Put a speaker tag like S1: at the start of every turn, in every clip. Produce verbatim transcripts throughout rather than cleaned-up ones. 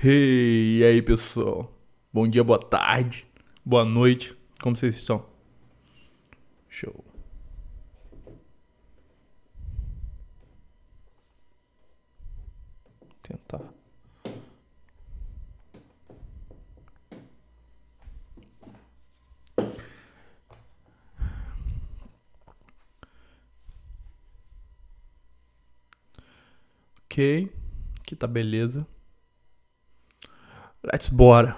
S1: Hey, e aí pessoal? Bom dia, boa tarde, boa noite, como vocês estão? Show. Tentar. Ok, aqui tá beleza. Let's bora.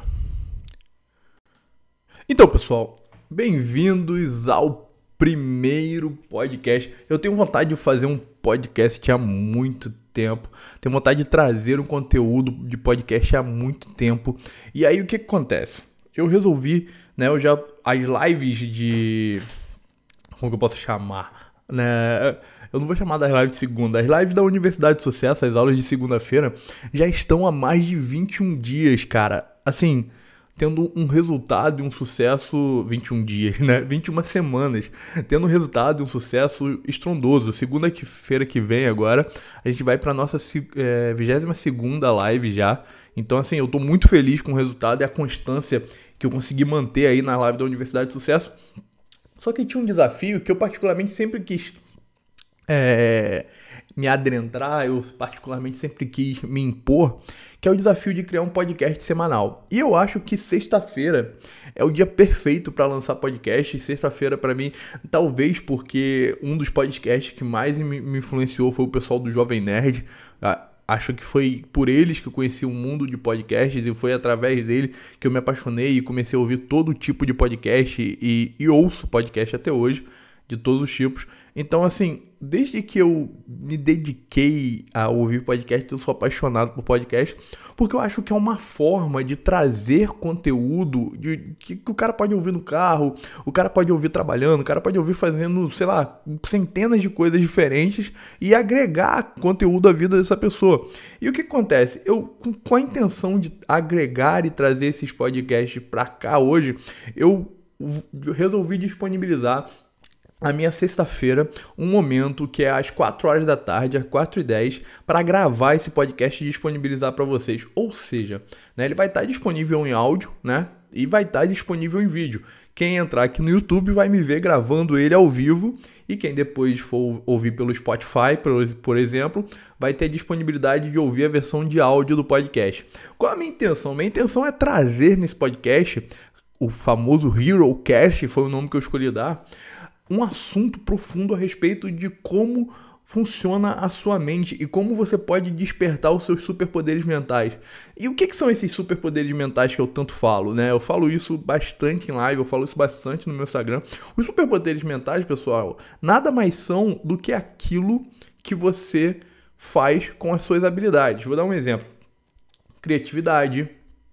S1: Então, pessoal, bem-vindos ao primeiro podcast. Eu tenho vontade de fazer um podcast há muito tempo. Tenho vontade de trazer um conteúdo de podcast há muito tempo. E aí, o que, que acontece? Eu resolvi, né, eu já as lives de como que eu posso chamar, né? Eu não vou chamar das lives de segunda. As lives da Universidade de Sucesso, as aulas de segunda-feira, já estão há mais de vinte e um dias, cara. Assim, tendo um resultado e um sucesso... vinte e um dias, né? vinte e uma semanas. Tendo um resultado e um sucesso estrondoso. Segunda-feira que vem agora, a gente vai para nossa é, vigésima segunda live já. Então, assim, eu tô muito feliz com o resultado e a constância que eu consegui manter aí na live da Universidade de Sucesso. Só que tinha um desafio que eu particularmente sempre quis é, me adentrar, eu particularmente sempre quis me impor, que é o desafio de criar um podcast semanal. E eu acho que sexta-feira é o dia perfeito para lançar podcast. Sexta-feira para mim, talvez porque um dos podcasts que mais me influenciou foi o pessoal do Jovem Nerd. Acho que foi por eles que eu conheci o mundo de podcasts e foi através dele que eu me apaixonei e comecei a ouvir todo tipo de podcast e, e ouço podcast até hoje, de todos os tipos. Então, assim, desde que eu me dediquei a ouvir podcast, eu sou apaixonado por podcast, porque eu acho que é uma forma de trazer conteúdo de, que, que o cara pode ouvir no carro, o cara pode ouvir trabalhando, o cara pode ouvir fazendo, sei lá, centenas de coisas diferentes e agregar conteúdo à vida dessa pessoa. E o que acontece? Eu, com a intenção de agregar e trazer esses podcasts pra cá hoje, eu resolvi disponibilizar a minha sexta-feira, um momento que é às quatro horas da tarde, às quatro e dez, para gravar esse podcast e disponibilizar para vocês. Ou seja, né, ele vai estar disponível em áudio, né? E vai estar disponível em vídeo. Quem entrar aqui no YouTube vai me ver gravando ele ao vivo. E quem depois for ouvir pelo Spotify, por exemplo, vai ter disponibilidade de ouvir a versão de áudio do podcast. Qual a minha intenção? Minha intenção é trazer nesse podcast, o famoso HeroCast, foi o nome que eu escolhi dar, um assunto profundo a respeito de como funciona a sua mente e como você pode despertar os seus superpoderes mentais. E o que, que são esses superpoderes mentais que eu tanto falo, né? Eu falo isso bastante em live, eu falo isso bastante no meu Instagram. Os superpoderes mentais, pessoal, nada mais são do que aquilo que você faz com as suas habilidades. Vou dar um exemplo. Criatividade,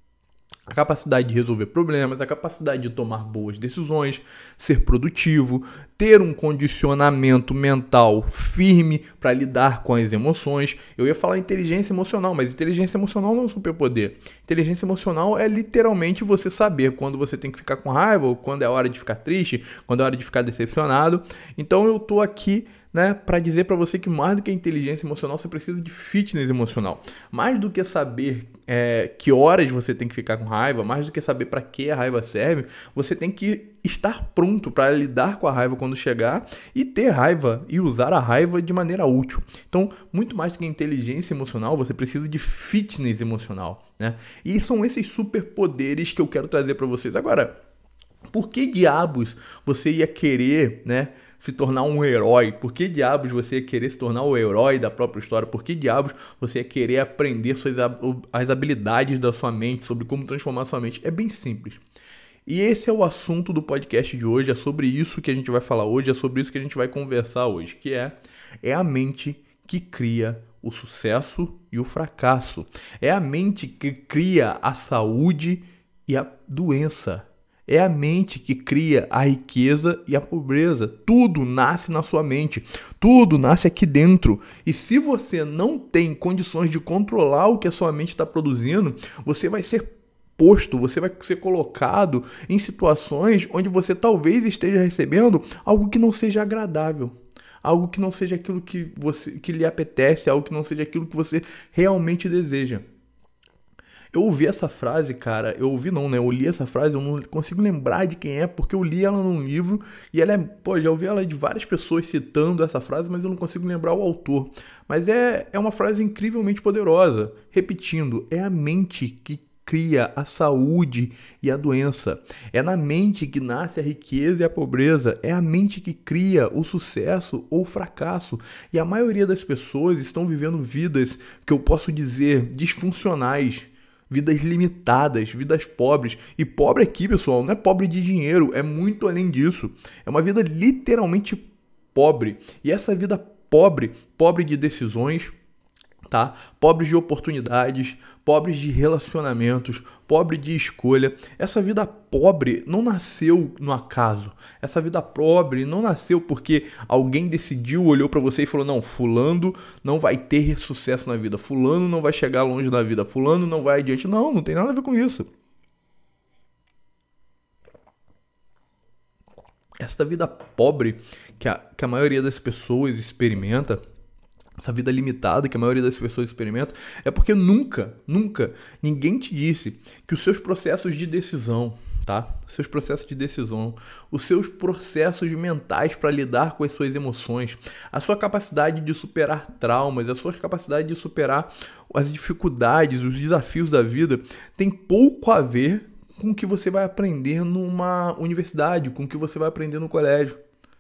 S1: a capacidade de resolver problemas, a capacidade de tomar boas decisões, ser produtivo, ter um condicionamento mental firme para lidar com as emoções. Eu ia falar inteligência emocional, mas inteligência emocional não é um superpoder. Inteligência emocional é literalmente você saber quando você tem que ficar com raiva, ou quando é hora de ficar triste, quando é hora de ficar decepcionado. Então eu tô aqui, né, para dizer para você que mais do que inteligência emocional, você precisa de fitness emocional. Mais do que saber é, que horas você tem que ficar com raiva, mais do que saber para que a raiva serve, você tem que estar pronto para lidar com a raiva quando chegar e ter raiva e usar a raiva de maneira útil. Então, muito mais do que inteligência emocional, você precisa de fitness emocional, né? E são esses superpoderes que eu quero trazer para vocês. Agora, por que diabos você ia querer, né, se tornar um herói? Por que diabos você ia querer se tornar o herói da própria história? Por que diabos você ia querer aprender suas, as habilidades da sua mente, sobre como transformar sua mente? É bem simples. E esse é o assunto do podcast de hoje, é sobre isso que a gente vai falar hoje, é sobre isso que a gente vai conversar hoje, que é, é a mente que cria o sucesso e o fracasso. É a mente que cria a saúde e a doença. É a mente que cria a riqueza e a pobreza. Tudo nasce na sua mente. Tudo nasce aqui dentro. E se você não tem condições de controlar o que a sua mente está produzindo, você vai ser posto, você vai ser colocado em situações onde você talvez esteja recebendo algo que não seja agradável. Algo que não seja aquilo que, você, que lhe apetece, algo que não seja aquilo que você realmente deseja. Eu ouvi essa frase, cara, eu ouvi não, né? Eu li essa frase, eu não consigo lembrar de quem é, porque eu li ela num livro e ela é, pô, já ouvi ela de várias pessoas citando essa frase, mas eu não consigo lembrar o autor. Mas é, é uma frase incrivelmente poderosa. Repetindo, é a mente que cria a saúde e a doença. É na mente que nasce a riqueza e a pobreza. É a mente que cria o sucesso ou o fracasso. E a maioria das pessoas estão vivendo vidas que eu posso dizer disfuncionais, vidas limitadas, vidas pobres. E pobre aqui, pessoal, não é pobre de dinheiro, é muito além disso. É uma vida literalmente pobre. E essa vida pobre, pobre de decisões, tá? Pobres de oportunidades, pobres de relacionamentos, pobre de escolha. Essa vida pobre não nasceu no acaso. Essa vida pobre não nasceu porque alguém decidiu, olhou pra você e falou: não, fulano não vai ter sucesso na vida, fulano não vai chegar longe na vida, fulano não vai adiante. Não, não tem nada a ver com isso. Essa vida pobre que a, que a maioria das pessoas experimenta, essa vida limitada que a maioria das pessoas experimenta, é porque nunca, nunca ninguém te disse que os seus processos de decisão, tá? Seus processos de decisão, os seus processos mentais para lidar com as suas emoções, a sua capacidade de superar traumas, a sua capacidade de superar as dificuldades, os desafios da vida, tem pouco a ver com o que você vai aprender numa universidade, com o que você vai aprender no colégio.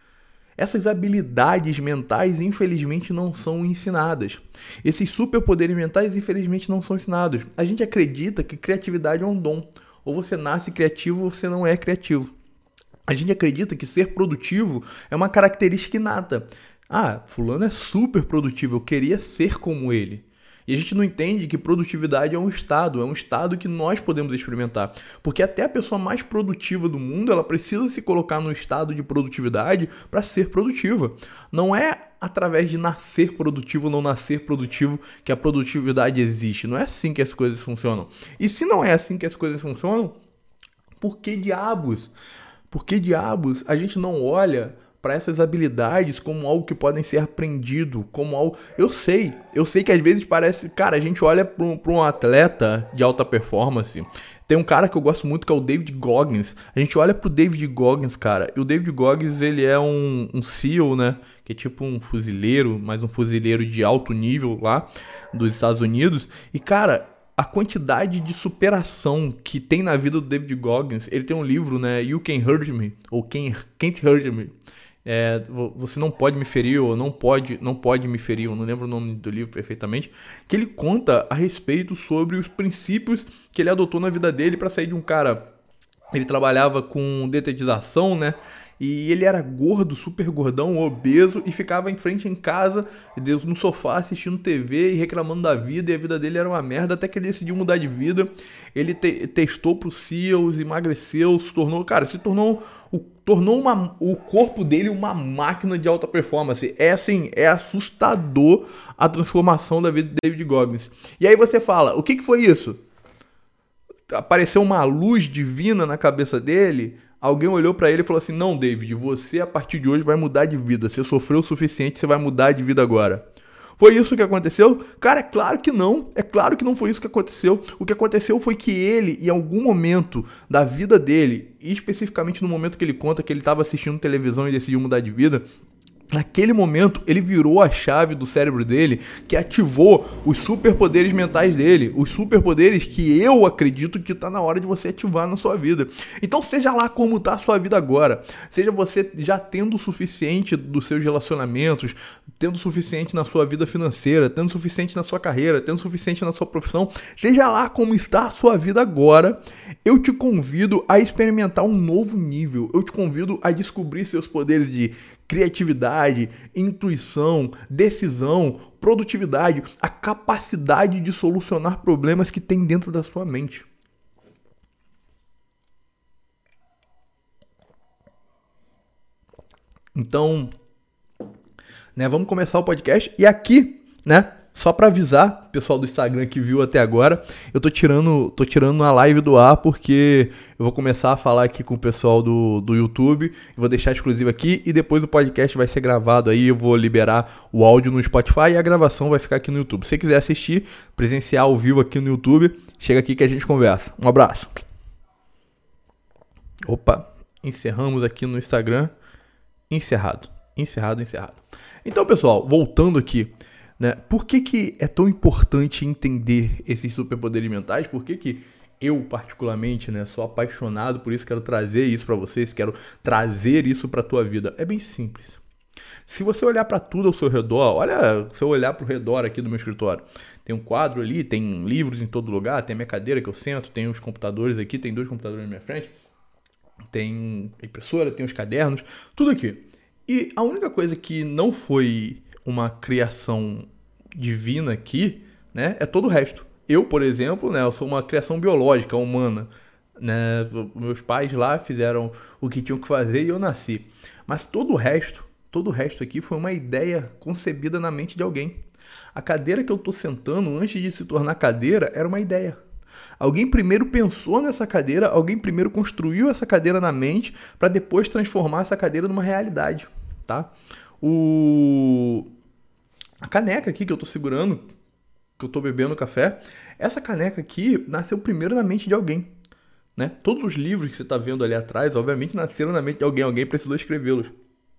S1: Essas habilidades mentais, infelizmente, não são ensinadas. Esses superpoderes mentais, infelizmente, não são ensinados. A gente acredita que criatividade é um dom. Ou você nasce criativo ou você não é criativo. A gente acredita que ser produtivo é uma característica inata. Ah, fulano é super produtivo, eu queria ser como ele. E a gente não entende que produtividade é um estado, é um estado que nós podemos experimentar. Porque até a pessoa mais produtiva do mundo, ela precisa se colocar no estado de produtividade para ser produtiva. Não é através de nascer produtivo ou não nascer produtivo que a produtividade existe. Não é assim que as coisas funcionam. E se não é assim que as coisas funcionam, por que diabos? Por que diabos a gente não olha para essas habilidades como algo que podem ser aprendido, como algo... Eu sei, eu sei que às vezes parece... Cara, a gente olha para um, um atleta de alta performance. Tem um cara que eu gosto muito que é o David Goggins. A gente olha pro David Goggins, cara, e o David Goggins, ele é um, um SEAL, né? Que é tipo um fuzileiro, mas um fuzileiro de alto nível lá dos Estados Unidos. E, cara, a quantidade de superação que tem na vida do David Goggins, ele tem um livro, né? You Can Hurt Me, ou Can't Hurt Me. É, você não pode me ferir, ou não pode, não pode me ferir, eu não lembro o nome do livro perfeitamente, que ele conta a respeito sobre os princípios que ele adotou na vida dele para sair de um cara. Ele trabalhava com detetização, né? E ele era gordo, super gordão, obeso, e ficava em frente em casa, Deus, no sofá, assistindo T V e reclamando da vida, e a vida dele era uma merda, até que ele decidiu mudar de vida. Ele te testou pro SEALs, emagreceu, se tornou, cara, se tornou, o, tornou uma, o corpo dele uma máquina de alta performance. É assim, é assustador a transformação da vida de David Goggins. E aí você fala, o que que foi isso? Apareceu uma luz divina na cabeça dele? Alguém olhou pra ele e falou assim: não, David, você a partir de hoje vai mudar de vida. Você sofreu o suficiente, você vai mudar de vida agora. Foi isso que aconteceu? Cara, é claro que não. É claro que não foi isso que aconteceu. O que aconteceu foi que ele, em algum momento da vida dele, e especificamente no momento que ele conta que ele estava assistindo televisão e decidiu mudar de vida, naquele momento, ele virou a chave do cérebro dele que ativou os superpoderes mentais dele. Os superpoderes que eu acredito que está na hora de você ativar na sua vida. Então, seja lá como está a sua vida agora. Seja você já tendo o suficiente dos seus relacionamentos, tendo o suficiente na sua vida financeira, tendo o suficiente na sua carreira, tendo o suficiente na sua profissão. Seja lá como está a sua vida agora, eu te convido a experimentar um novo nível. Eu te convido a descobrir seus poderes de criatividade, intuição, decisão, produtividade, a capacidade de solucionar problemas que tem dentro da sua mente. Então, né, vamos começar o podcast. E aqui, né, só pra avisar, pessoal do Instagram que viu até agora, eu tô tirando, tô tirando a live do ar porque eu vou começar a falar aqui com o pessoal do, do YouTube, vou deixar exclusivo aqui e depois o podcast vai ser gravado aí, eu vou liberar o áudio no Spotify e a gravação vai ficar aqui no YouTube. Se você quiser assistir, presenciar ao vivo aqui no YouTube, chega aqui que a gente conversa. Um abraço. Opa, encerramos aqui no Instagram. Encerrado, encerrado, encerrado. Então, pessoal, voltando aqui, né? Por que que é tão importante entender esses superpoderes mentais? Por que que eu, particularmente, né, sou apaixonado por isso, quero trazer isso para vocês, quero trazer isso para a tua vida? É bem simples. Se você olhar para tudo ao seu redor, olha, se eu olhar para o redor aqui do meu escritório, tem um quadro ali, tem livros em todo lugar, tem a minha cadeira que eu sento, tem os computadores aqui, tem dois computadores na minha frente, tem a impressora, tem os cadernos, tudo aqui. E a única coisa que não foi uma criação divina aqui, né, é todo o resto. Eu, por exemplo, né, eu sou uma criação biológica, humana, né, meus pais lá fizeram o que tinham que fazer e eu nasci. Mas todo o resto, todo o resto aqui foi uma ideia concebida na mente de alguém. A cadeira que eu tô sentando, antes de se tornar cadeira, era uma ideia. Alguém primeiro pensou nessa cadeira, alguém primeiro construiu essa cadeira na mente para depois transformar essa cadeira numa realidade, tá? O... A caneca aqui que eu tô segurando, que eu tô bebendo café, essa caneca aqui nasceu primeiro na mente de alguém, né? Todos os livros que você tá vendo ali atrás, obviamente, nasceram na mente de alguém, alguém precisou escrevê-los.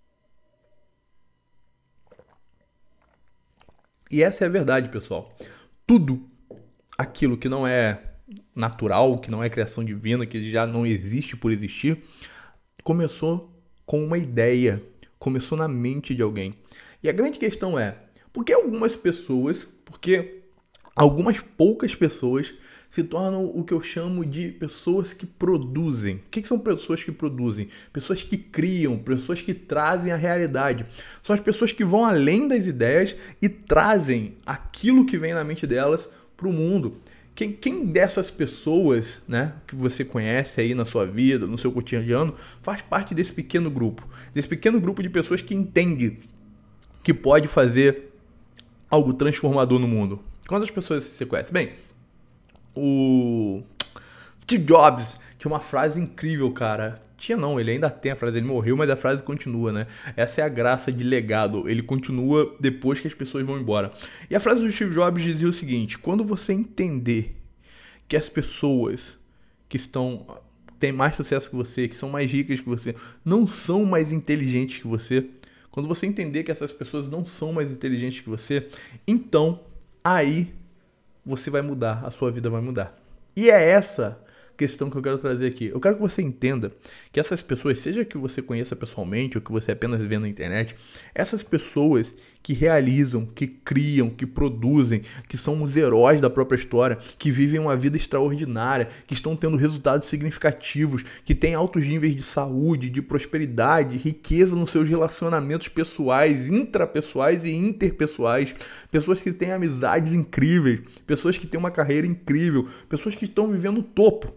S1: E essa é a verdade, pessoal. Tudo aquilo que não é natural, que não é criação divina, que já não existe por existir, começou com uma ideia, começou na mente de alguém. E a grande questão é, por que algumas pessoas, porque algumas poucas pessoas se tornam o que eu chamo de pessoas que produzem? O que são pessoas que produzem? Pessoas que criam, pessoas que trazem a realidade. São as pessoas que vão além das ideias e trazem aquilo que vem na mente delas para o mundo. Quem, quem dessas pessoas, né, que você conhece aí na sua vida, no seu cotidiano, faz parte desse pequeno grupo? Desse pequeno grupo de pessoas que entende que pode fazer algo transformador no mundo. Quantas pessoas você conhece? Bem, o Steve Jobs tinha uma frase incrível, cara. Tinha não, ele ainda tem a frase, ele morreu, mas a frase continua, né? Essa é a graça de legado, ele continua depois que as pessoas vão embora. E a frase do Steve Jobs dizia o seguinte: quando você entender que as pessoas que estão têm mais sucesso que você, que são mais ricas que você, não são mais inteligentes que você, quando você entender que essas pessoas não são mais inteligentes que você, então aí você vai mudar, a sua vida vai mudar. E é essa questão que eu quero trazer aqui. Eu quero que você entenda que essas pessoas, seja que você conheça pessoalmente ou que você apenas vê na internet, essas pessoas que realizam, que criam, que produzem, que são os heróis da própria história, que vivem uma vida extraordinária, que estão tendo resultados significativos, que têm altos níveis de saúde, de prosperidade, riqueza nos seus relacionamentos pessoais, intrapessoais e interpessoais, pessoas que têm amizades incríveis, pessoas que têm uma carreira incrível, pessoas que estão vivendo o topo.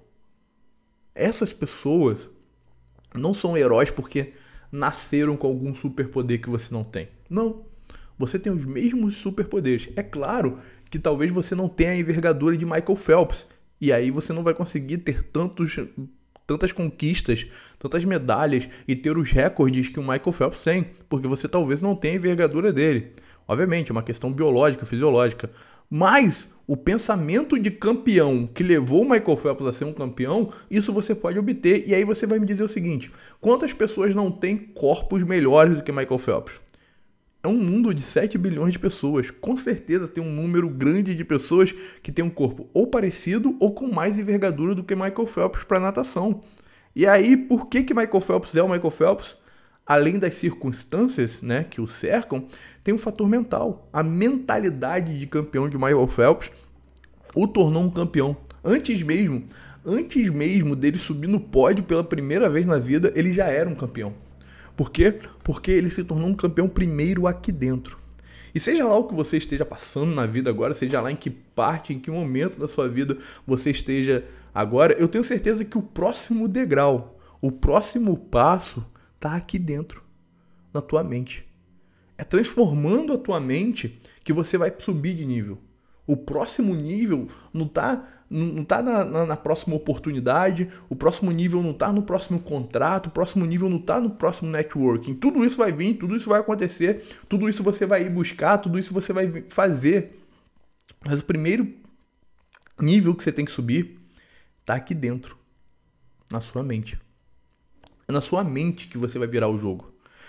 S1: Essas pessoas não são heróis porque nasceram com algum superpoder que você não tem. Não. Você tem os mesmos superpoderes. É claro que talvez você não tenha a envergadura de Michael Phelps. E aí você não vai conseguir ter tantos, tantas conquistas, tantas medalhas e ter os recordes que o Michael Phelps tem. Porque você talvez não tenha a envergadura dele. Obviamente, é uma questão biológica, fisiológica. Mas o pensamento de campeão que levou o Michael Phelps a ser um campeão, isso você pode obter. E aí você vai me dizer o seguinte: quantas pessoas não têm corpos melhores do que Michael Phelps? É um mundo de sete bilhões de pessoas. Com certeza tem um número grande de pessoas que tem um corpo ou parecido ou com mais envergadura do que Michael Phelps para natação. E aí, por que que Michael Phelps é o Michael Phelps? Além das circunstâncias, né, que o cercam, tem um fator mental. A mentalidade de campeão de Michael Phelps o tornou um campeão. Antes mesmo, antes mesmo dele subir no pódio pela primeira vez na vida, ele já era um campeão. Por quê? Porque ele se tornou um campeão primeiro aqui dentro. E seja lá o que você esteja passando na vida agora, seja lá em que parte, em que momento da sua vida você esteja agora, eu tenho certeza que o próximo degrau, o próximo passo está aqui dentro, na tua mente. É transformando a tua mente que você vai subir de nível. O próximo nível não está não tá na, na, na próxima oportunidade, o próximo nível não está no próximo contrato, o próximo nível não está no próximo networking. Tudo isso vai vir, tudo isso vai acontecer, tudo isso você vai ir buscar, tudo isso você vai fazer. Mas o primeiro nível que você tem que subir está aqui dentro, na sua mente. É na sua mente que você vai virar o jogo.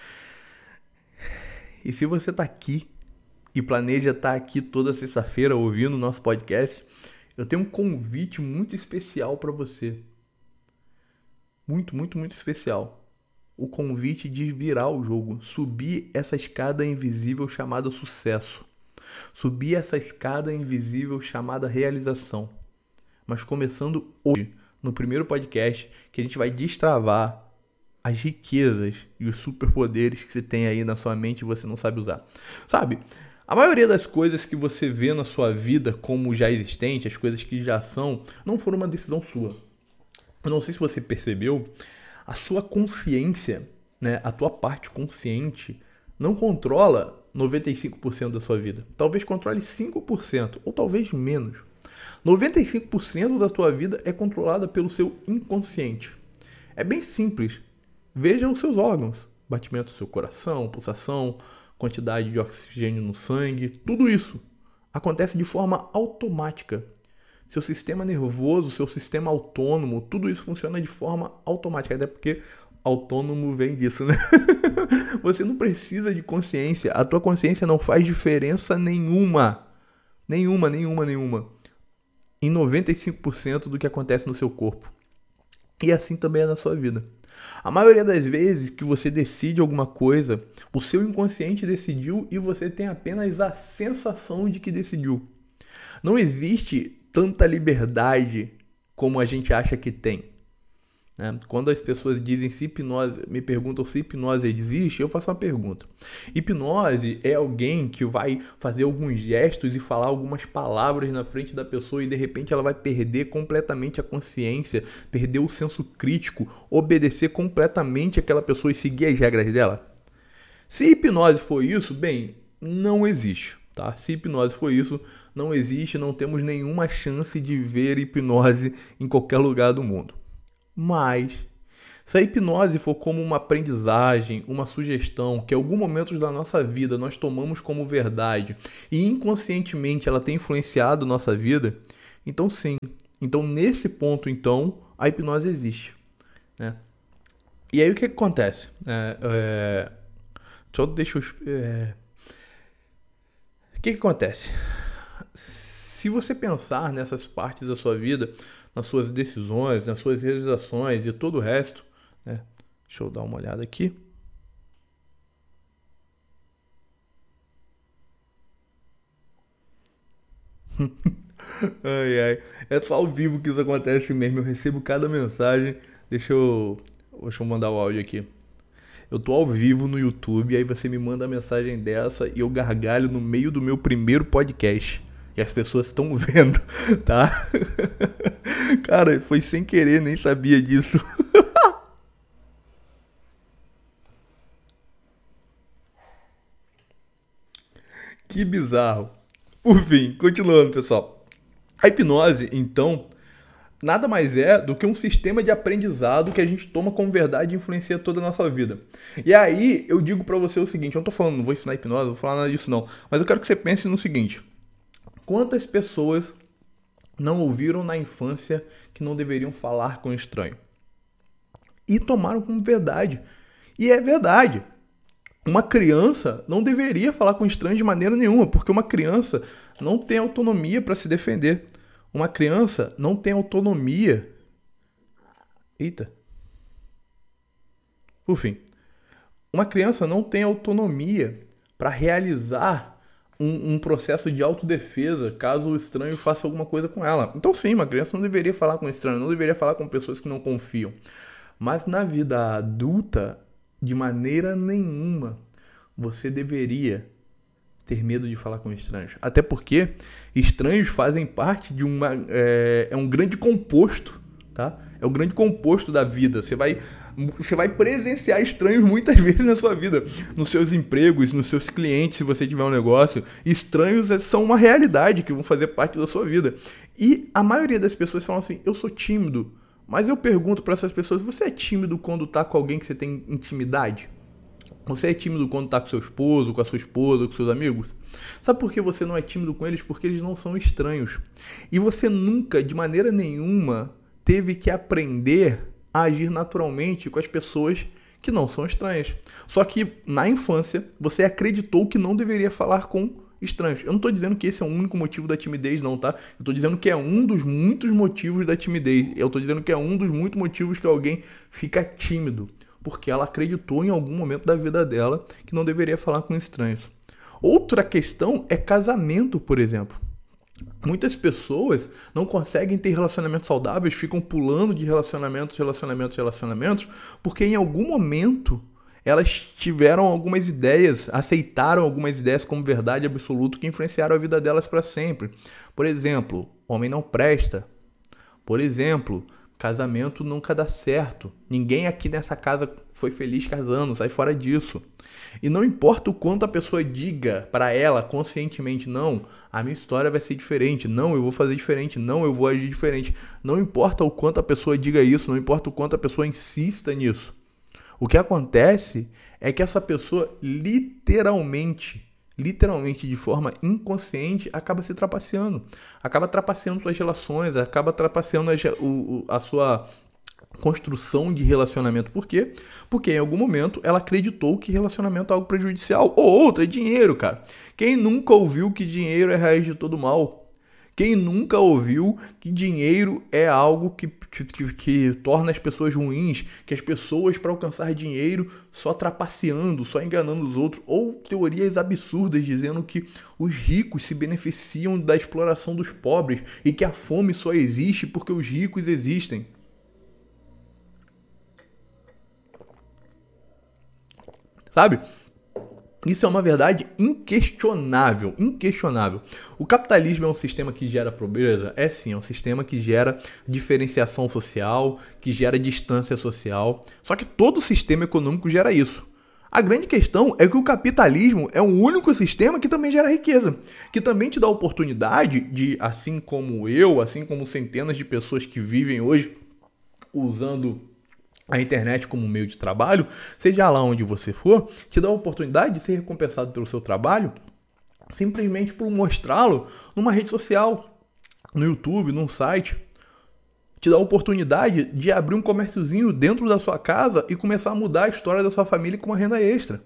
S1: E se você está aqui e planeja estar aqui toda sexta-feira ouvindo o nosso podcast, eu tenho um convite muito especial para você. Muito, muito, muito especial. O convite de virar o jogo. Subir essa escada invisível chamada sucesso. Subir essa escada invisível chamada realização. Mas começando hoje, no primeiro podcast, que a gente vai destravar as riquezas e os superpoderes que você tem aí na sua mente e você não sabe usar. Sabe? A maioria das coisas que você vê na sua vida como já existente, as coisas que já são, não foram uma decisão sua. Eu não sei se você percebeu, a sua consciência, né, a tua parte consciente, não controla noventa e cinco por cento da sua vida. Talvez controle cinco por cento, ou talvez menos. noventa e cinco por cento da tua vida é controlada pelo seu inconsciente. É bem simples. Veja os seus órgãos. Batimento do seu coração, pulsação, quantidade de oxigênio no sangue, tudo isso acontece de forma automática. Seu sistema nervoso, seu sistema autônomo, tudo isso funciona de forma automática, até porque autônomo vem disso, né? Você não precisa de consciência, a tua consciência não faz diferença nenhuma, nenhuma, nenhuma, nenhuma, em noventa e cinco por cento do que acontece no seu corpo. E assim também é na sua vida. A maioria das vezes que você decide alguma coisa, o seu inconsciente decidiu e você tem apenas a sensação de que decidiu. Não existe tanta liberdade como a gente acha que tem. Né? Quando as pessoas dizem se hipnose, me perguntam se hipnose existe, eu faço uma pergunta. Hipnose é alguém que vai fazer alguns gestos e falar algumas palavras na frente da pessoa e de repente ela vai perder completamente a consciência, perder o senso crítico, obedecer completamente aquela pessoa e seguir as regras dela? Se hipnose for isso, bem, não existe. Tá? Se hipnose for isso, não existe, não temos nenhuma chance de ver hipnose em qualquer lugar do mundo. Mas, se a hipnose for como uma aprendizagem, uma sugestão, que em algum momento da nossa vida nós tomamos como verdade e inconscientemente ela tem influenciado nossa vida, então sim. Então, nesse ponto, então, a hipnose existe. Né? E aí, o que, que acontece? É, é, só deixa eu... É, o que, que acontece? Se você pensar nessas partes da sua vida, nas suas decisões, nas suas realizações e todo o resto, né? Deixa eu dar uma olhada aqui. Ai, ai. É só ao vivo que isso acontece mesmo. Eu recebo cada mensagem. Deixa eu, deixa eu mandar o áudio aqui. Eu tô ao vivo no YouTube, aí você me manda a mensagem dessa e eu gargalho no meio do meu primeiro podcast. E as pessoas estão vendo, tá? Cara, foi sem querer, nem sabia disso. Que bizarro. Por fim, continuando, pessoal. A hipnose, então, nada mais é do que um sistema de aprendizado que a gente toma como verdade e influencia toda a nossa vida. E aí, eu digo pra você o seguinte, eu não tô falando, não vou ensinar hipnose, não vou falar nada disso não, mas eu quero que você pense no seguinte. Quantas pessoas não ouviram na infância que não deveriam falar com estranho? E tomaram como verdade. E é verdade. Uma criança não deveria falar com estranho de maneira nenhuma, porque uma criança não tem autonomia para se defender. Uma criança não tem autonomia. Eita. Por fim. Uma criança não tem autonomia para realizar um, um processo de autodefesa caso o estranho faça alguma coisa com ela. Então sim, uma criança não deveria falar com estranho, não deveria falar com pessoas que não confiam. Mas na vida adulta, de maneira nenhuma, você deveria ter medo de falar com estranhos. Até porque estranhos fazem parte de uma... É, é um grande composto, tá? É o grande composto da vida. Você vai Você vai presenciar estranhos muitas vezes na sua vida, nos seus empregos, nos seus clientes, se você tiver um negócio. Estranhos são uma realidade que vão fazer parte da sua vida. E a maioria das pessoas falam assim, eu sou tímido. Mas eu pergunto para essas pessoas, você é tímido quando tá com alguém que você tem intimidade? Você é tímido quando tá com seu esposo, com a sua esposa, com seus amigos? Sabe por que você não é tímido com eles? Porque eles não são estranhos. E você nunca, de maneira nenhuma, teve que aprender a agir naturalmente com as pessoas que não são estranhas. Só que na infância você acreditou que não deveria falar com estranhos. Eu não estou dizendo que esse é o único motivo da timidez, não, tá? Eu estou dizendo que é um dos muitos motivos da timidez. Eu estou dizendo que é um dos muitos motivos que alguém fica tímido. Porque ela acreditou em algum momento da vida dela que não deveria falar com estranhos. Outra questão é casamento, por exemplo. Muitas pessoas não conseguem ter relacionamentos saudáveis, ficam pulando de relacionamentos, relacionamentos, relacionamentos, porque em algum momento elas tiveram algumas ideias, aceitaram algumas ideias como verdade absoluta que influenciaram a vida delas para sempre. Por exemplo, homem não presta. Por exemplo, casamento nunca dá certo. Ninguém aqui nessa casa foi feliz casando, sai fora disso. E não importa o quanto a pessoa diga para ela conscientemente, não, a minha história vai ser diferente, não, eu vou fazer diferente, não, eu vou agir diferente. Não importa o quanto a pessoa diga isso, não importa o quanto a pessoa insista nisso. O que acontece é que essa pessoa literalmente, literalmente de forma inconsciente, acaba se trapaceando. Acaba trapaceando suas relações, acaba trapaceando a, o, a sua construção de relacionamento. Por quê? Porque em algum momento ela acreditou que relacionamento é algo prejudicial. Ou outra, é dinheiro, cara. Quem nunca ouviu que dinheiro é a raiz de todo mal? Quem nunca ouviu que dinheiro é algo que, que, que, que torna as pessoas ruins, que as pessoas para alcançar dinheiro só trapaceando, só enganando os outros, ou teorias absurdas dizendo que os ricos se beneficiam da exploração dos pobres e que a fome só existe porque os ricos existem. Sabe? Isso é uma verdade inquestionável, inquestionável. O capitalismo é um sistema que gera pobreza? É sim, é um sistema que gera diferenciação social, que gera distância social. Só que todo sistema econômico gera isso. A grande questão é que o capitalismo é o único sistema que também gera riqueza, que também te dá a oportunidade de, assim como eu, assim como centenas de pessoas que vivem hoje usando a internet como meio de trabalho, seja lá onde você for, te dá a oportunidade de ser recompensado pelo seu trabalho simplesmente por mostrá-lo numa rede social, no YouTube, num site. Te dá a oportunidade de abrir um comérciozinho dentro da sua casa e começar a mudar a história da sua família com uma renda extra.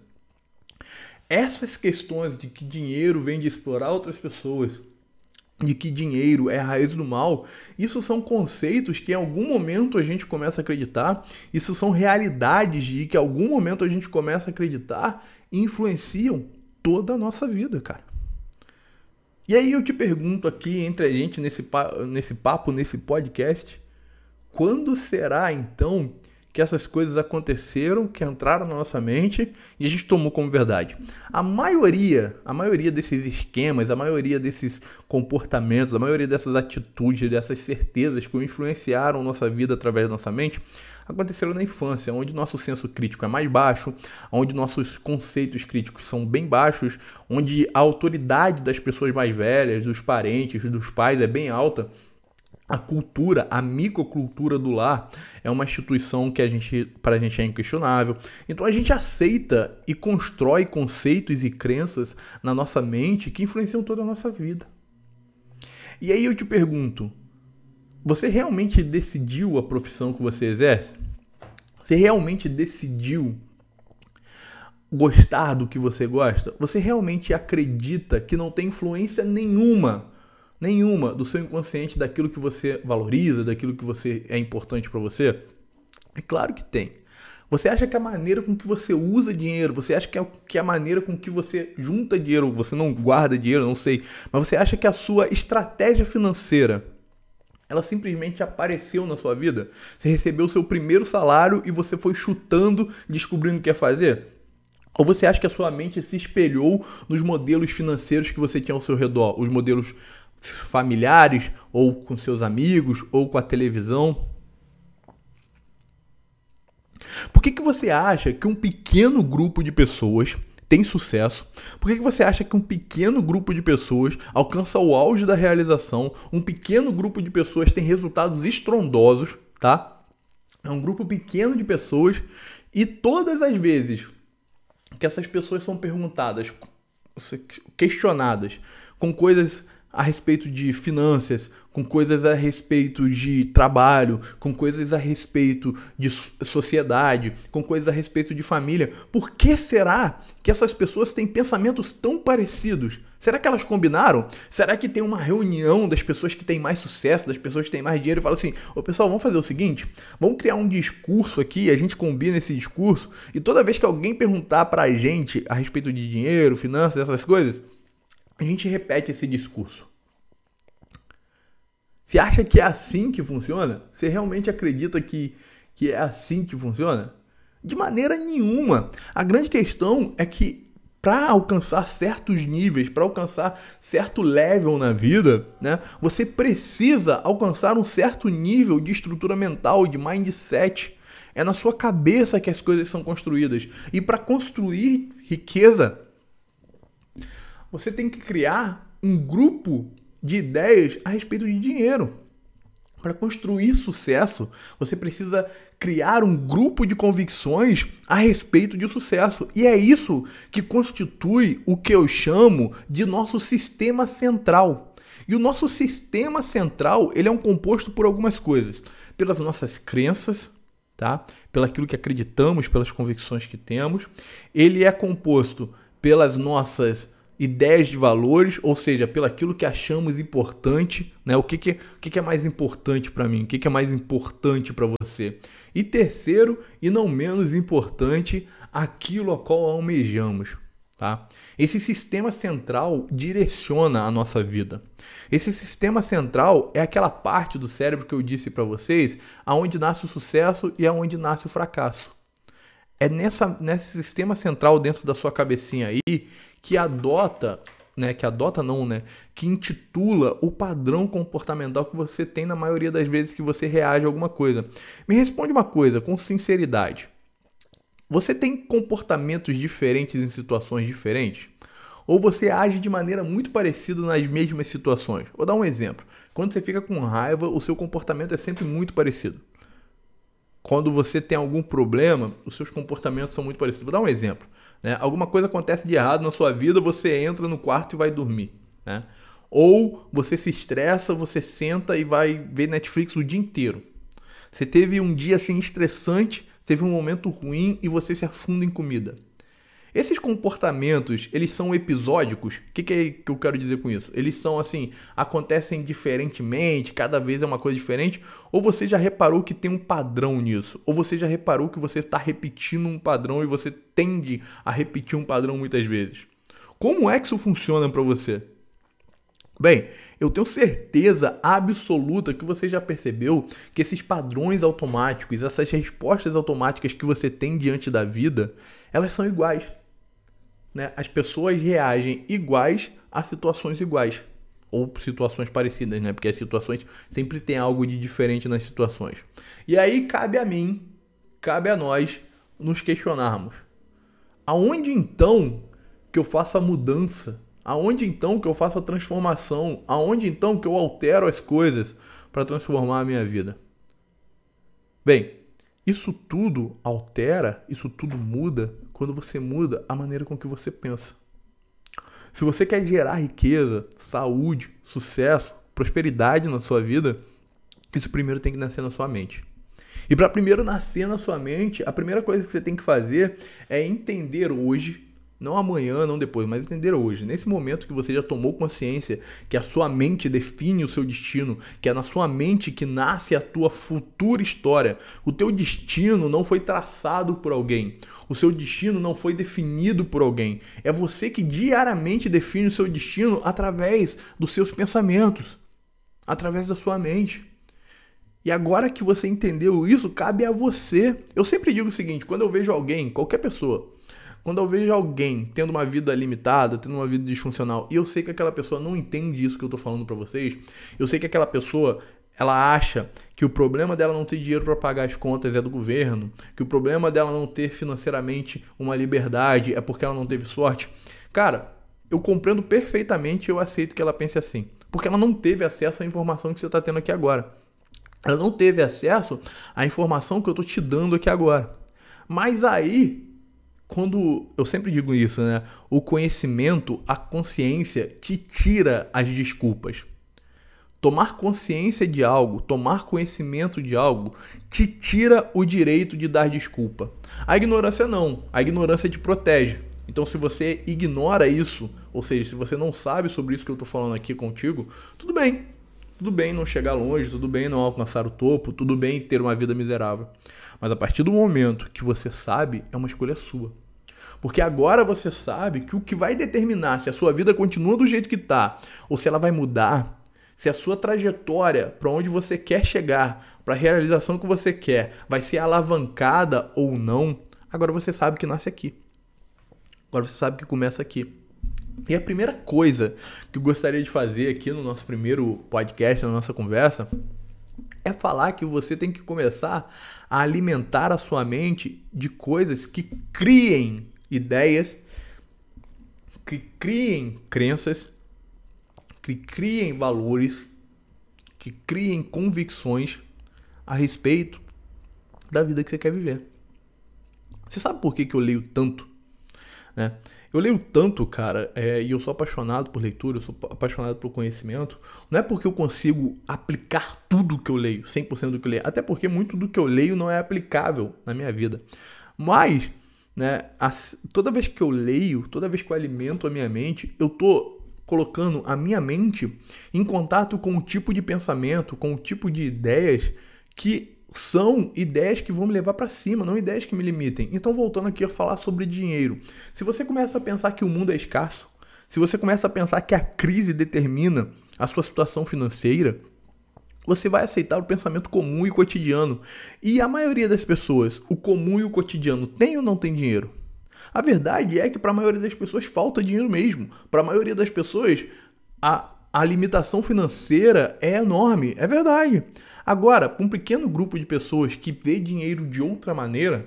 S1: Essas questões de que dinheiro vem de explorar outras pessoas, de que dinheiro é a raiz do mal, isso são conceitos que em algum momento a gente começa a acreditar, isso são realidades de que em algum momento a gente começa a acreditar e influenciam toda a nossa vida, cara. E aí eu te pergunto aqui entre a gente nesse, nesse papo, nesse podcast, quando será então que essas coisas aconteceram, que entraram na nossa mente e a gente tomou como verdade? A maioria, a maioria desses esquemas, a maioria desses comportamentos, a maioria dessas atitudes, dessas certezas que influenciaram nossa vida através da nossa mente, aconteceram na infância, onde nosso senso crítico é mais baixo, onde nossos conceitos críticos são bem baixos, onde a autoridade das pessoas mais velhas, dos parentes, dos pais é bem alta. A cultura, a microcultura do lar é uma instituição que a gente, para a gente é inquestionável. Então a gente aceita e constrói conceitos e crenças na nossa mente que influenciam toda a nossa vida. E aí eu te pergunto, você realmente decidiu a profissão que você exerce? Você realmente decidiu gostar do que você gosta? Você realmente acredita que não tem influência nenhuma nenhuma do seu inconsciente daquilo que você valoriza, daquilo que você é importante para você? É claro que tem. Você acha que a maneira com que você usa dinheiro, você acha que, é, que a maneira com que você junta dinheiro, você não guarda dinheiro, não sei, mas você acha que a sua estratégia financeira, ela simplesmente apareceu na sua vida? Você recebeu o seu primeiro salário e você foi chutando, descobrindo o que ia fazer? Ou você acha que a sua mente se espelhou nos modelos financeiros que você tinha ao seu redor, os modelos familiares, ou com seus amigos, ou com a televisão? Por que que você acha que um pequeno grupo de pessoas tem sucesso? Por que que você acha que um pequeno grupo de pessoas alcança o auge da realização? Um pequeno grupo de pessoas tem resultados estrondosos, tá? É um grupo pequeno de pessoas e todas as vezes que essas pessoas são perguntadas, questionadas com coisas a respeito de finanças, com coisas a respeito de trabalho, com coisas a respeito de sociedade, com coisas a respeito de família. Por que será que essas pessoas têm pensamentos tão parecidos? Será que elas combinaram? Será que tem uma reunião das pessoas que têm mais sucesso, das pessoas que têm mais dinheiro e fala assim, ô pessoal, vamos fazer o seguinte, vamos criar um discurso aqui, a gente combina esse discurso e toda vez que alguém perguntar pra gente a respeito de dinheiro, finanças, essas coisas, a gente repete esse discurso. Você acha que é assim que funciona? Você realmente acredita que, que é assim que funciona? De maneira nenhuma. A grande questão é que para alcançar certos níveis, para alcançar certo level na vida, né, você precisa alcançar um certo nível de estrutura mental, de mindset. É na sua cabeça que as coisas são construídas. E para construir riqueza, você tem que criar um grupo de ideias a respeito de dinheiro. Para construir sucesso, você precisa criar um grupo de convicções a respeito de sucesso. E é isso que constitui o que eu chamo de nosso sistema central. E o nosso sistema central, ele é um composto por algumas coisas. Pelas nossas crenças, tá? Pelo aquilo que acreditamos, pelas convicções que temos. Ele é composto pelas nossas ideias de valores, ou seja, pelo aquilo que achamos importante, né? O que, que, o que, que é mais importante para mim? O que, que é mais importante para você? E terceiro, e não menos importante, aquilo a qual almejamos, tá? Esse sistema central direciona a nossa vida. Esse sistema central é aquela parte do cérebro que eu disse para vocês, aonde nasce o sucesso e aonde nasce o fracasso. É nessa, nesse sistema central dentro da sua cabecinha aí que adota, né, que adota não, né, que intitula o padrão comportamental que você tem na maioria das vezes que você reage a alguma coisa. Me responde uma coisa com sinceridade. Você tem comportamentos diferentes em situações diferentes? Ou você age de maneira muito parecida nas mesmas situações? Vou dar um exemplo. Quando você fica com raiva, o seu comportamento é sempre muito parecido. Quando você tem algum problema, os seus comportamentos são muito parecidos. Vou dar um exemplo. Né? Alguma coisa acontece de errado na sua vida, você entra no quarto e vai dormir. Né? Ou você se estressa, você senta e vai ver Netflix o dia inteiro. Você teve um dia assim estressante, teve um momento ruim e você se afunda em comida. Esses comportamentos, eles são episódicos? O que, que, é que eu quero dizer com isso? Eles são assim, acontecem diferentemente, cada vez é uma coisa diferente? Ou você já reparou que tem um padrão nisso? Ou você já reparou que você está repetindo um padrão e você tende a repetir um padrão muitas vezes? Como é que isso funciona para você? Bem, eu tenho certeza absoluta que você já percebeu que esses padrões automáticos, essas respostas automáticas que você tem diante da vida, elas são iguais. Né? As pessoas reagem iguais a situações iguais. Ou situações parecidas, né? Porque as situações sempre tem algo de diferente nas situações. E aí cabe a mim, cabe a nós nos questionarmos. Aonde então que eu faço a mudança? Aonde então que eu faço a transformação? Aonde então que eu altero as coisas para transformar a minha vida? Bem, isso tudo altera, isso tudo muda quando você muda a maneira com que você pensa. Se você quer gerar riqueza, saúde, sucesso, prosperidade na sua vida, isso primeiro tem que nascer na sua mente. E para primeiro nascer na sua mente, a primeira coisa que você tem que fazer é entender hoje, não amanhã, não depois, mas entender hoje, nesse momento que você já tomou consciência que a sua mente define o seu destino, que é na sua mente que nasce a tua futura história. O teu destino não foi traçado por alguém. O seu destino não foi definido por alguém. É você que diariamente define o seu destino através dos seus pensamentos, através da sua mente. E agora que você entendeu isso, cabe a você. Eu sempre digo o seguinte, quando eu vejo alguém, qualquer pessoa, quando eu vejo alguém tendo uma vida limitada, tendo uma vida disfuncional, e eu sei que aquela pessoa não entende isso que eu tô falando pra vocês, eu sei que aquela pessoa, ela acha que o problema dela não ter dinheiro para pagar as contas é do governo, que o problema dela não ter financeiramente uma liberdade é porque ela não teve sorte. Cara, eu compreendo perfeitamente e eu aceito que ela pense assim. Porque ela não teve acesso à informação que você está tendo aqui agora. Ela não teve acesso à informação que eu estou te dando aqui agora. Mas aí, quando eu sempre digo isso, né? O conhecimento, a consciência te tira as desculpas. Tomar consciência de algo, tomar conhecimento de algo, te tira o direito de dar desculpa. A ignorância não. A ignorância te protege. Então, se você ignora isso, ou seja, se você não sabe sobre isso que eu estou falando aqui contigo, tudo bem. Tudo bem não chegar longe, tudo bem não alcançar o topo, tudo bem ter uma vida miserável. Mas a partir do momento que você sabe, é uma escolha sua. Porque agora você sabe que o que vai determinar se a sua vida continua do jeito que está, ou se ela vai mudar, se a sua trajetória para onde você quer chegar, para a realização que você quer, vai ser alavancada ou não, agora você sabe que nasce aqui. Agora você sabe que começa aqui. E a primeira coisa que eu gostaria de fazer aqui no nosso primeiro podcast, na nossa conversa, é falar que você tem que começar a alimentar a sua mente de coisas que criem ideias, que criem crenças, que criem valores, que criem convicções a respeito da vida que você quer viver. Você sabe por que que eu leio tanto? Né? Eu leio tanto, cara, é, e eu sou apaixonado por leitura, eu sou apaixonado por conhecimento. Não é porque eu consigo aplicar tudo que eu leio, cem por cento do que eu leio, até porque muito do que eu leio não é aplicável na minha vida. Mas, né, as, toda vez que eu leio, toda vez que eu alimento a minha mente, eu tô colocando a minha mente em contato com um tipo de pensamento, com um tipo de ideias que são ideias que vão me levar para cima, não ideias que me limitem. Então, voltando aqui a falar sobre dinheiro. Se você começa a pensar que o mundo é escasso, se você começa a pensar que a crise determina a sua situação financeira, você vai aceitar o pensamento comum e cotidiano. E a maioria das pessoas, o comum e o cotidiano, tem ou não tem dinheiro? A verdade é que para a maioria das pessoas falta dinheiro mesmo. Para a maioria das pessoas, a, a limitação financeira é enorme. É verdade. Agora, para um pequeno grupo de pessoas que vê dinheiro de outra maneira,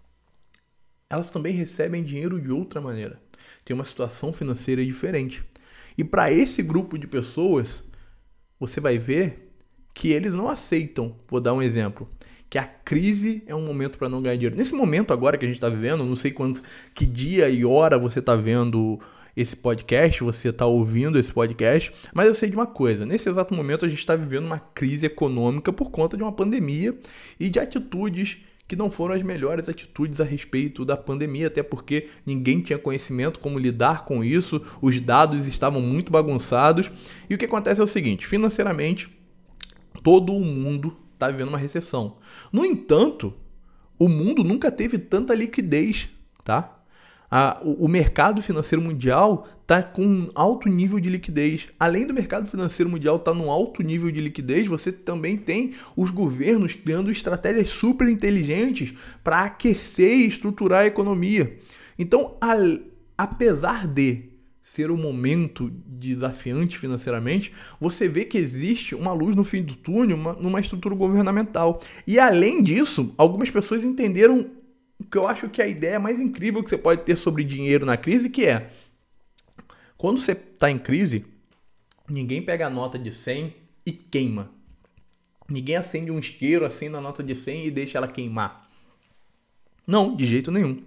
S1: elas também recebem dinheiro de outra maneira. Tem uma situação financeira diferente. E para esse grupo de pessoas, você vai ver que eles não aceitam, vou dar um exemplo, que a crise é um momento para não ganhar dinheiro. Nesse momento agora que a gente está vivendo, não sei quanto, que dia e hora você está vendo esse podcast, você está ouvindo esse podcast, mas eu sei de uma coisa, nesse exato momento a gente está vivendo uma crise econômica por conta de uma pandemia e de atitudes que não foram as melhores atitudes a respeito da pandemia, até porque ninguém tinha conhecimento como lidar com isso, os dados estavam muito bagunçados, e o que acontece é o seguinte, financeiramente, todo o mundo está vivendo uma recessão. No entanto, o mundo nunca teve tanta liquidez, tá? A, o, o mercado financeiro mundial está com um alto nível de liquidez. Além do mercado financeiro mundial estar tá num alto nível de liquidez, você também tem os governos criando estratégias super inteligentes para aquecer e estruturar a economia. Então, a, apesar de ser um momento desafiante financeiramente, você vê que existe uma luz no fim do túnel, uma, numa estrutura governamental. E além disso, algumas pessoas entenderam o que eu acho que é a ideia mais incrível que você pode ter sobre dinheiro na crise, que é, quando você está em crise, ninguém pega a nota de cem e queima. Ninguém acende um isqueiro assim na nota de cem e deixa ela queimar. Não, de jeito nenhum.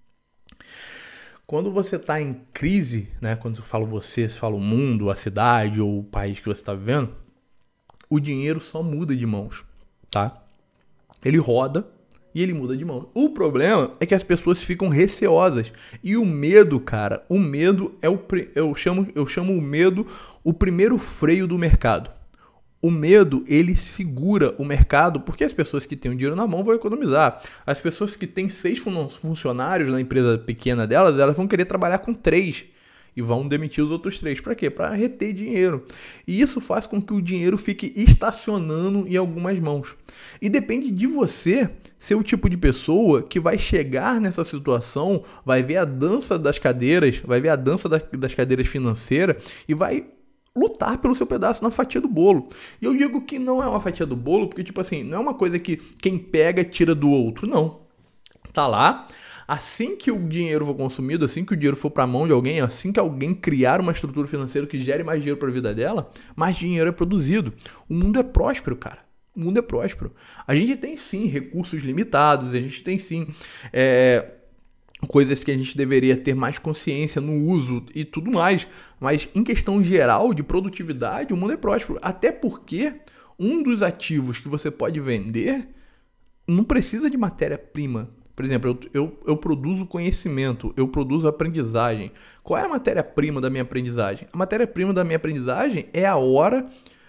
S1: Quando você está em crise, né, quando eu falo você, você fala o mundo, a cidade ou o país que você está vivendo, o dinheiro só muda de mãos, tá? Ele roda e ele muda de mãos. O problema é que as pessoas ficam receosas. E o medo, cara, o medo é o... Eu chamo, eu chamo o medo o primeiro freio do mercado. O medo, ele segura o mercado, porque as pessoas que têm o dinheiro na mão vão economizar. As pessoas que têm seis funcionários na empresa pequena delas, elas vão querer trabalhar com três e vão demitir os outros três. Para quê? Para reter dinheiro. E isso faz com que o dinheiro fique estacionando em algumas mãos. E depende de você ser o tipo de pessoa que vai chegar nessa situação, vai ver a dança das cadeiras, vai ver a dança das cadeiras financeiras e vai lutar pelo seu pedaço na fatia do bolo. E eu digo que não é uma fatia do bolo, porque, tipo assim, não é uma coisa que quem pega tira do outro, não. Tá lá, assim que o dinheiro for consumido, assim que o dinheiro for para a mão de alguém, assim que alguém criar uma estrutura financeira que gere mais dinheiro para a vida dela, mais dinheiro é produzido. O mundo é próspero, cara. O mundo é próspero. A gente tem sim recursos limitados, a gente tem sim é, coisas que a gente deveria ter mais consciência no uso e tudo mais. Mas em questão geral de produtividade, o mundo é próspero. Até porque um dos ativos que você pode vender não precisa de matéria-prima. Por exemplo, eu, eu, eu produzo conhecimento, eu produzo aprendizagem. Qual é a matéria-prima da minha aprendizagem? A matéria-prima da minha aprendizagem é a hora,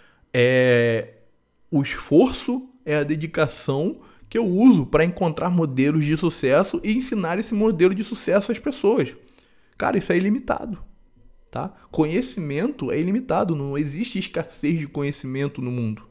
S1: é o esforço, é a dedicação que eu uso para encontrar modelos de sucesso e ensinar esse modelo de sucesso às pessoas. Cara, isso é ilimitado. Tá? Conhecimento é ilimitado, não existe escassez de conhecimento no mundo.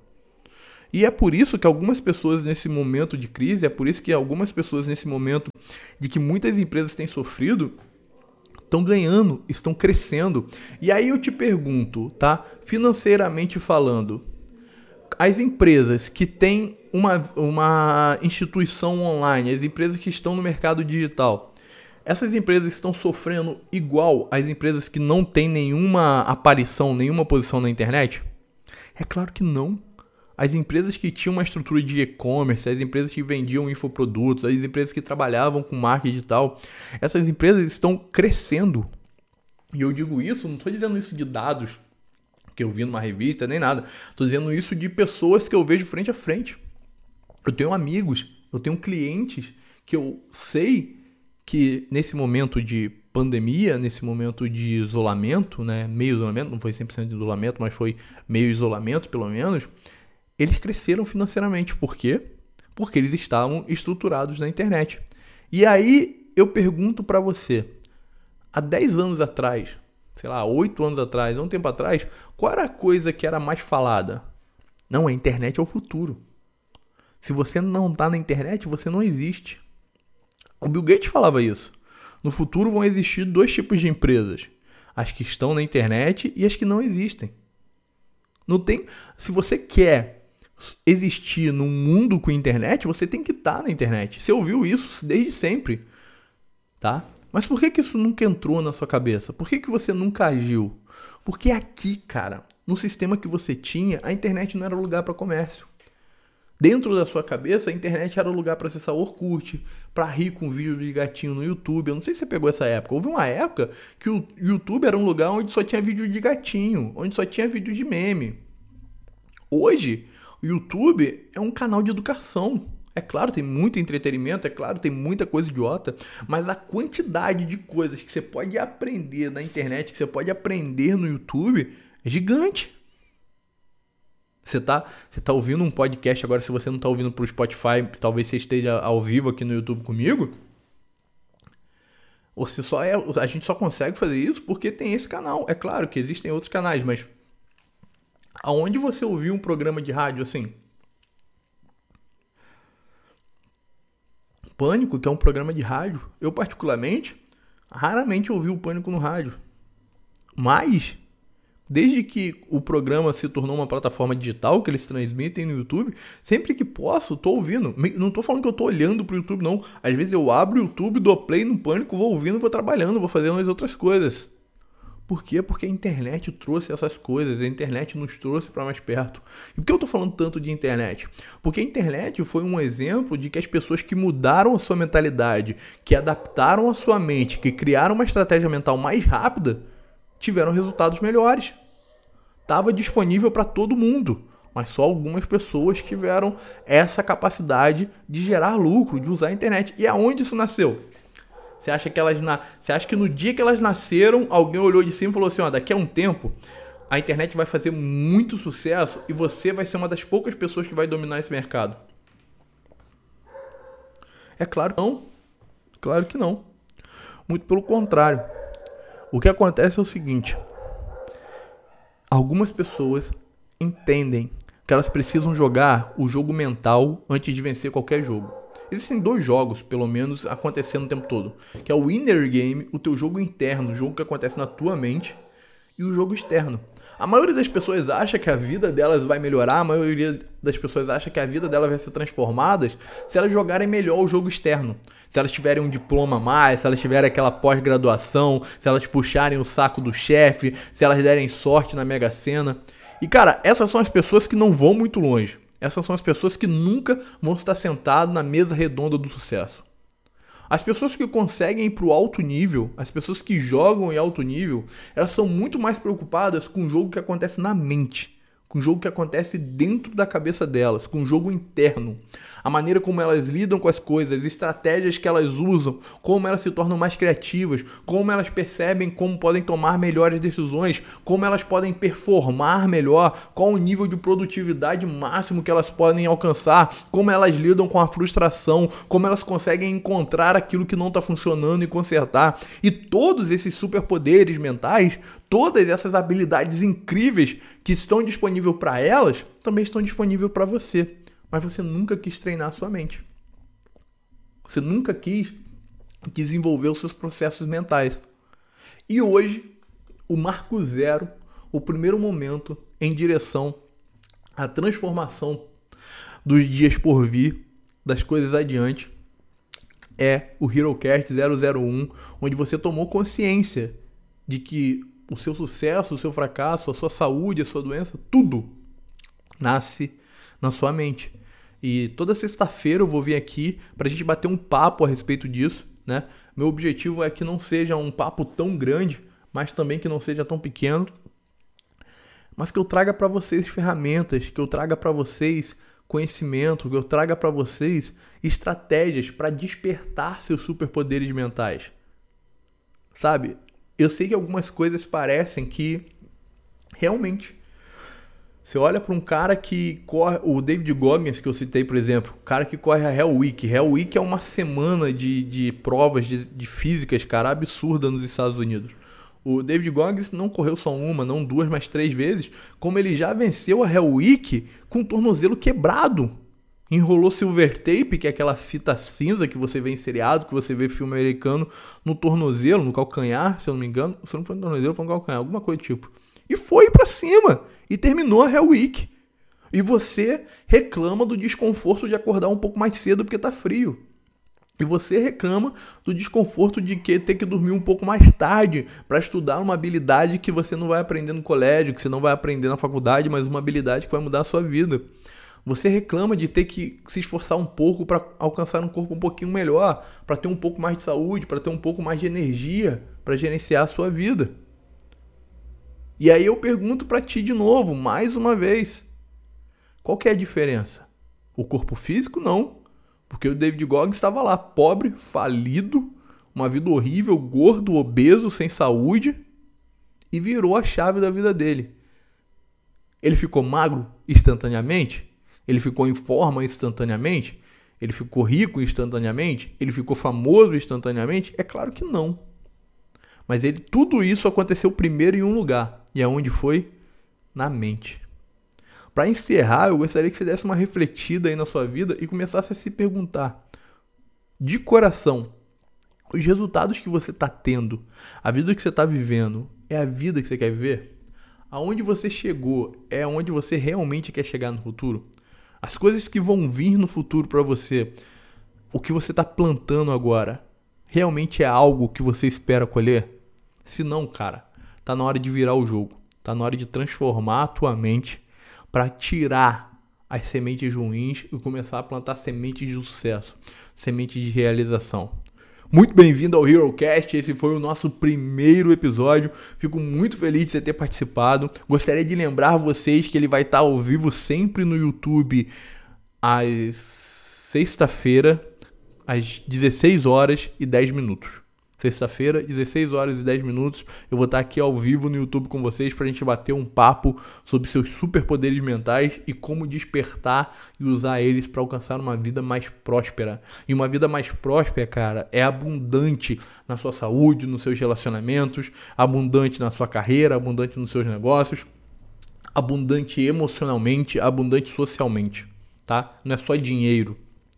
S1: E é por isso que algumas pessoas nesse momento de crise, é por isso que algumas pessoas nesse momento de que muitas empresas têm sofrido, estão ganhando, estão crescendo. E aí eu te pergunto, tá? Financeiramente falando, as empresas que têm uma, uma instituição online, as empresas que estão no mercado digital, essas empresas estão sofrendo igual às empresas que não têm nenhuma aparição, nenhuma posição na internet? É claro que não. As empresas que tinham uma estrutura de e-commerce, as empresas que vendiam infoprodutos, as empresas que trabalhavam com marketing digital, essas empresas estão crescendo. E eu digo isso, não estou dizendo isso de dados que eu vi numa revista, nem nada. Estou dizendo isso de pessoas que eu vejo frente a frente. Eu tenho amigos, eu tenho clientes que eu sei que nesse momento de pandemia, nesse momento de isolamento, né, meio isolamento, não foi cem por cento de isolamento, mas foi meio isolamento pelo menos, eles cresceram financeiramente. Por quê? Porque eles estavam estruturados na internet. E aí eu pergunto para você, há dez anos atrás, sei lá, oito anos atrás, há um tempo atrás, qual era a coisa que era mais falada? Não, a internet é o futuro. Se você não está na internet, você não existe. O Bill Gates falava isso. No futuro vão existir dois tipos de empresas. As que estão na internet e as que não existem. Não tem... Se você quer existir num mundo com internet, você tem que estar na internet. Você ouviu isso desde sempre, tá? Mas por que que isso nunca entrou na sua cabeça? Por que que você nunca agiu? Porque aqui, cara, no sistema que você tinha, a internet não era lugar para comércio. Dentro da sua cabeça, a internet era o lugar para acessar o Orkut, para rir com vídeo de gatinho no YouTube. Eu não sei se você pegou essa época. Houve uma época que o YouTube era um lugar onde só tinha vídeo de gatinho, onde só tinha vídeo de meme. Hoje, o YouTube é um canal de educação. É claro, tem muito entretenimento, é claro, tem muita coisa idiota, mas a quantidade de coisas que você pode aprender na internet, que você pode aprender no YouTube, é gigante. Você tá, você tá ouvindo um podcast agora, se você não tá ouvindo pro Spotify, talvez você esteja ao vivo aqui no YouTube comigo. Você só é, a gente só consegue fazer isso porque tem esse canal. É claro que existem outros canais, mas aonde você ouviu um programa de rádio assim? Pânico, que é um programa de rádio. Eu, particularmente, raramente ouvi o Pânico no rádio. Mas, desde que o programa se tornou uma plataforma digital, que eles transmitem no YouTube, sempre que posso, tô ouvindo. Não tô falando que eu tô olhando pro YouTube, não. Às vezes eu abro o YouTube, dou play no Pânico, vou ouvindo, vou trabalhando, vou fazendo as outras coisas. Por quê? Porque a internet trouxe essas coisas, a internet nos trouxe para mais perto. E por que eu estou falando tanto de internet? Porque a internet foi um exemplo de que as pessoas que mudaram a sua mentalidade, que adaptaram a sua mente, que criaram uma estratégia mental mais rápida, tiveram resultados melhores. Estava disponível para todo mundo, mas só algumas pessoas tiveram essa capacidade de gerar lucro, de usar a internet. E aonde isso nasceu? Você acha que elas na... Você acha que no dia que elas nasceram, alguém olhou de cima e falou assim, ó, daqui a um tempo a internet vai fazer muito sucesso e você vai ser uma das poucas pessoas que vai dominar esse mercado? É claro que não. Claro que não. Muito pelo contrário. O que acontece é o seguinte. Algumas pessoas entendem que elas precisam jogar o jogo mental antes de vencer qualquer jogo. Existem dois jogos, pelo menos, acontecendo o tempo todo. Que é o inner game, o teu jogo interno, o jogo que acontece na tua mente, e o jogo externo. A maioria das pessoas acha que a vida delas vai melhorar, a maioria das pessoas acha que a vida delas vai ser transformada se elas jogarem melhor o jogo externo. Se elas tiverem um diploma a mais, se elas tiverem aquela pós-graduação, se elas puxarem o saco do chefe, se elas derem sorte na Mega Sena. E cara, essas são as pessoas que não vão muito longe. Essas são as pessoas que nunca vão estar sentadas na mesa redonda do sucesso. As pessoas que conseguem ir para o alto nível, as pessoas que jogam em alto nível, elas são muito mais preocupadas com o jogo que acontece na mente, com o jogo que acontece dentro da cabeça delas, com o jogo interno. A maneira como elas lidam com as coisas, as estratégias que elas usam, como elas se tornam mais criativas, como elas percebem como podem tomar melhores decisões, como elas podem performar melhor, qual o nível de produtividade máximo que elas podem alcançar, como elas lidam com a frustração, como elas conseguem encontrar aquilo que não está funcionando e consertar. E todos esses superpoderes mentais, todas essas habilidades incríveis que estão disponíveis para elas, também estão disponíveis para você. Mas você nunca quis treinar a sua mente. Você nunca quis desenvolver os seus processos mentais. E hoje, o marco zero, o primeiro momento em direção à transformação dos dias por vir, das coisas adiante, é o HeroCast zero zero um, onde você tomou consciência de que o seu sucesso, o seu fracasso, a sua saúde, a sua doença, tudo nasce na sua mente. E toda sexta-feira eu vou vir aqui para a gente bater um papo a respeito disso, né? Meu objetivo é que não seja um papo tão grande, mas também que não seja tão pequeno, mas que eu traga para vocês ferramentas, que eu traga para vocês conhecimento, que eu traga para vocês estratégias para despertar seus superpoderes mentais. Sabe? Eu sei que algumas coisas parecem que realmente... Você olha para um cara que corre, o David Goggins que eu citei, por exemplo, o cara que corre a Hell Week. Hell Week é uma semana de, de provas de, de físicas, cara, absurda nos Estados Unidos. O David Goggins não correu só uma, não duas, mas três vezes, como ele já venceu a Hell Week com o tornozelo quebrado. Enrolou silver tape, que é aquela fita cinza que você vê em seriado, que você vê filme americano, no tornozelo, no calcanhar, se eu não me engano. Se não foi no tornozelo, foi no calcanhar, alguma coisa do tipo. E foi pra cima. E terminou a Hell Week. E você reclama do desconforto de acordar um pouco mais cedo porque tá frio. E você reclama do desconforto de que ter que dormir um pouco mais tarde para estudar uma habilidade que você não vai aprender no colégio, que você não vai aprender na faculdade, mas uma habilidade que vai mudar a sua vida. Você reclama de ter que se esforçar um pouco para alcançar um corpo um pouquinho melhor, para ter um pouco mais de saúde, para ter um pouco mais de energia para gerenciar a sua vida. E aí eu pergunto para ti de novo, mais uma vez, qual que é a diferença? O corpo físico? Não, porque o David Goggins estava lá, pobre, falido, uma vida horrível, gordo, obeso, sem saúde, e virou a chave da vida dele. Ele ficou magro instantaneamente? Ele ficou em forma instantaneamente? Ele ficou rico instantaneamente? Ele ficou famoso instantaneamente? É claro que não. Mas ele, tudo isso aconteceu primeiro em um lugar. E aonde foi? Na mente. Para encerrar, eu gostaria que você desse uma refletida aí na sua vida e começasse a se perguntar, de coração, os resultados que você está tendo, a vida que você está vivendo, é a vida que você quer viver? Aonde você chegou é aonde você realmente quer chegar no futuro? As coisas que vão vir no futuro para você, o que você está plantando agora, realmente é algo que você espera colher? Se não, cara, tá na hora de virar o jogo. Tá na hora de transformar a tua mente para tirar as sementes ruins e começar a plantar sementes de sucesso, sementes de realização. Muito bem-vindo ao HeroCast, esse foi o nosso primeiro episódio. Fico muito feliz de você ter participado. Gostaria de lembrar vocês que ele vai estar ao vivo sempre no YouTube às sexta-feira, às dezesseis horas e dez minutos. Sexta-feira, dezesseis horas e dez minutos, eu vou estar aqui ao vivo no YouTube com vocês para a gente bater um papo sobre seus superpoderes mentais e como despertar e usar eles para alcançar uma vida mais próspera. E uma vida mais próspera, cara, é abundante na sua saúde, nos seus relacionamentos, abundante na sua carreira, abundante nos seus negócios, abundante emocionalmente, abundante socialmente, tá? Não é só dinheiro.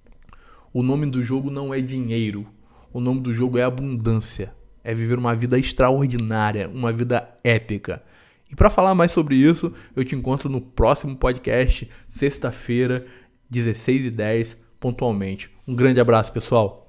S1: O nome do jogo não é dinheiro. O nome do jogo é abundância. É viver uma vida extraordinária, uma vida épica. E para falar mais sobre isso, eu te encontro no próximo podcast, sexta-feira, dezesseis e dez, pontualmente. Um grande abraço, pessoal!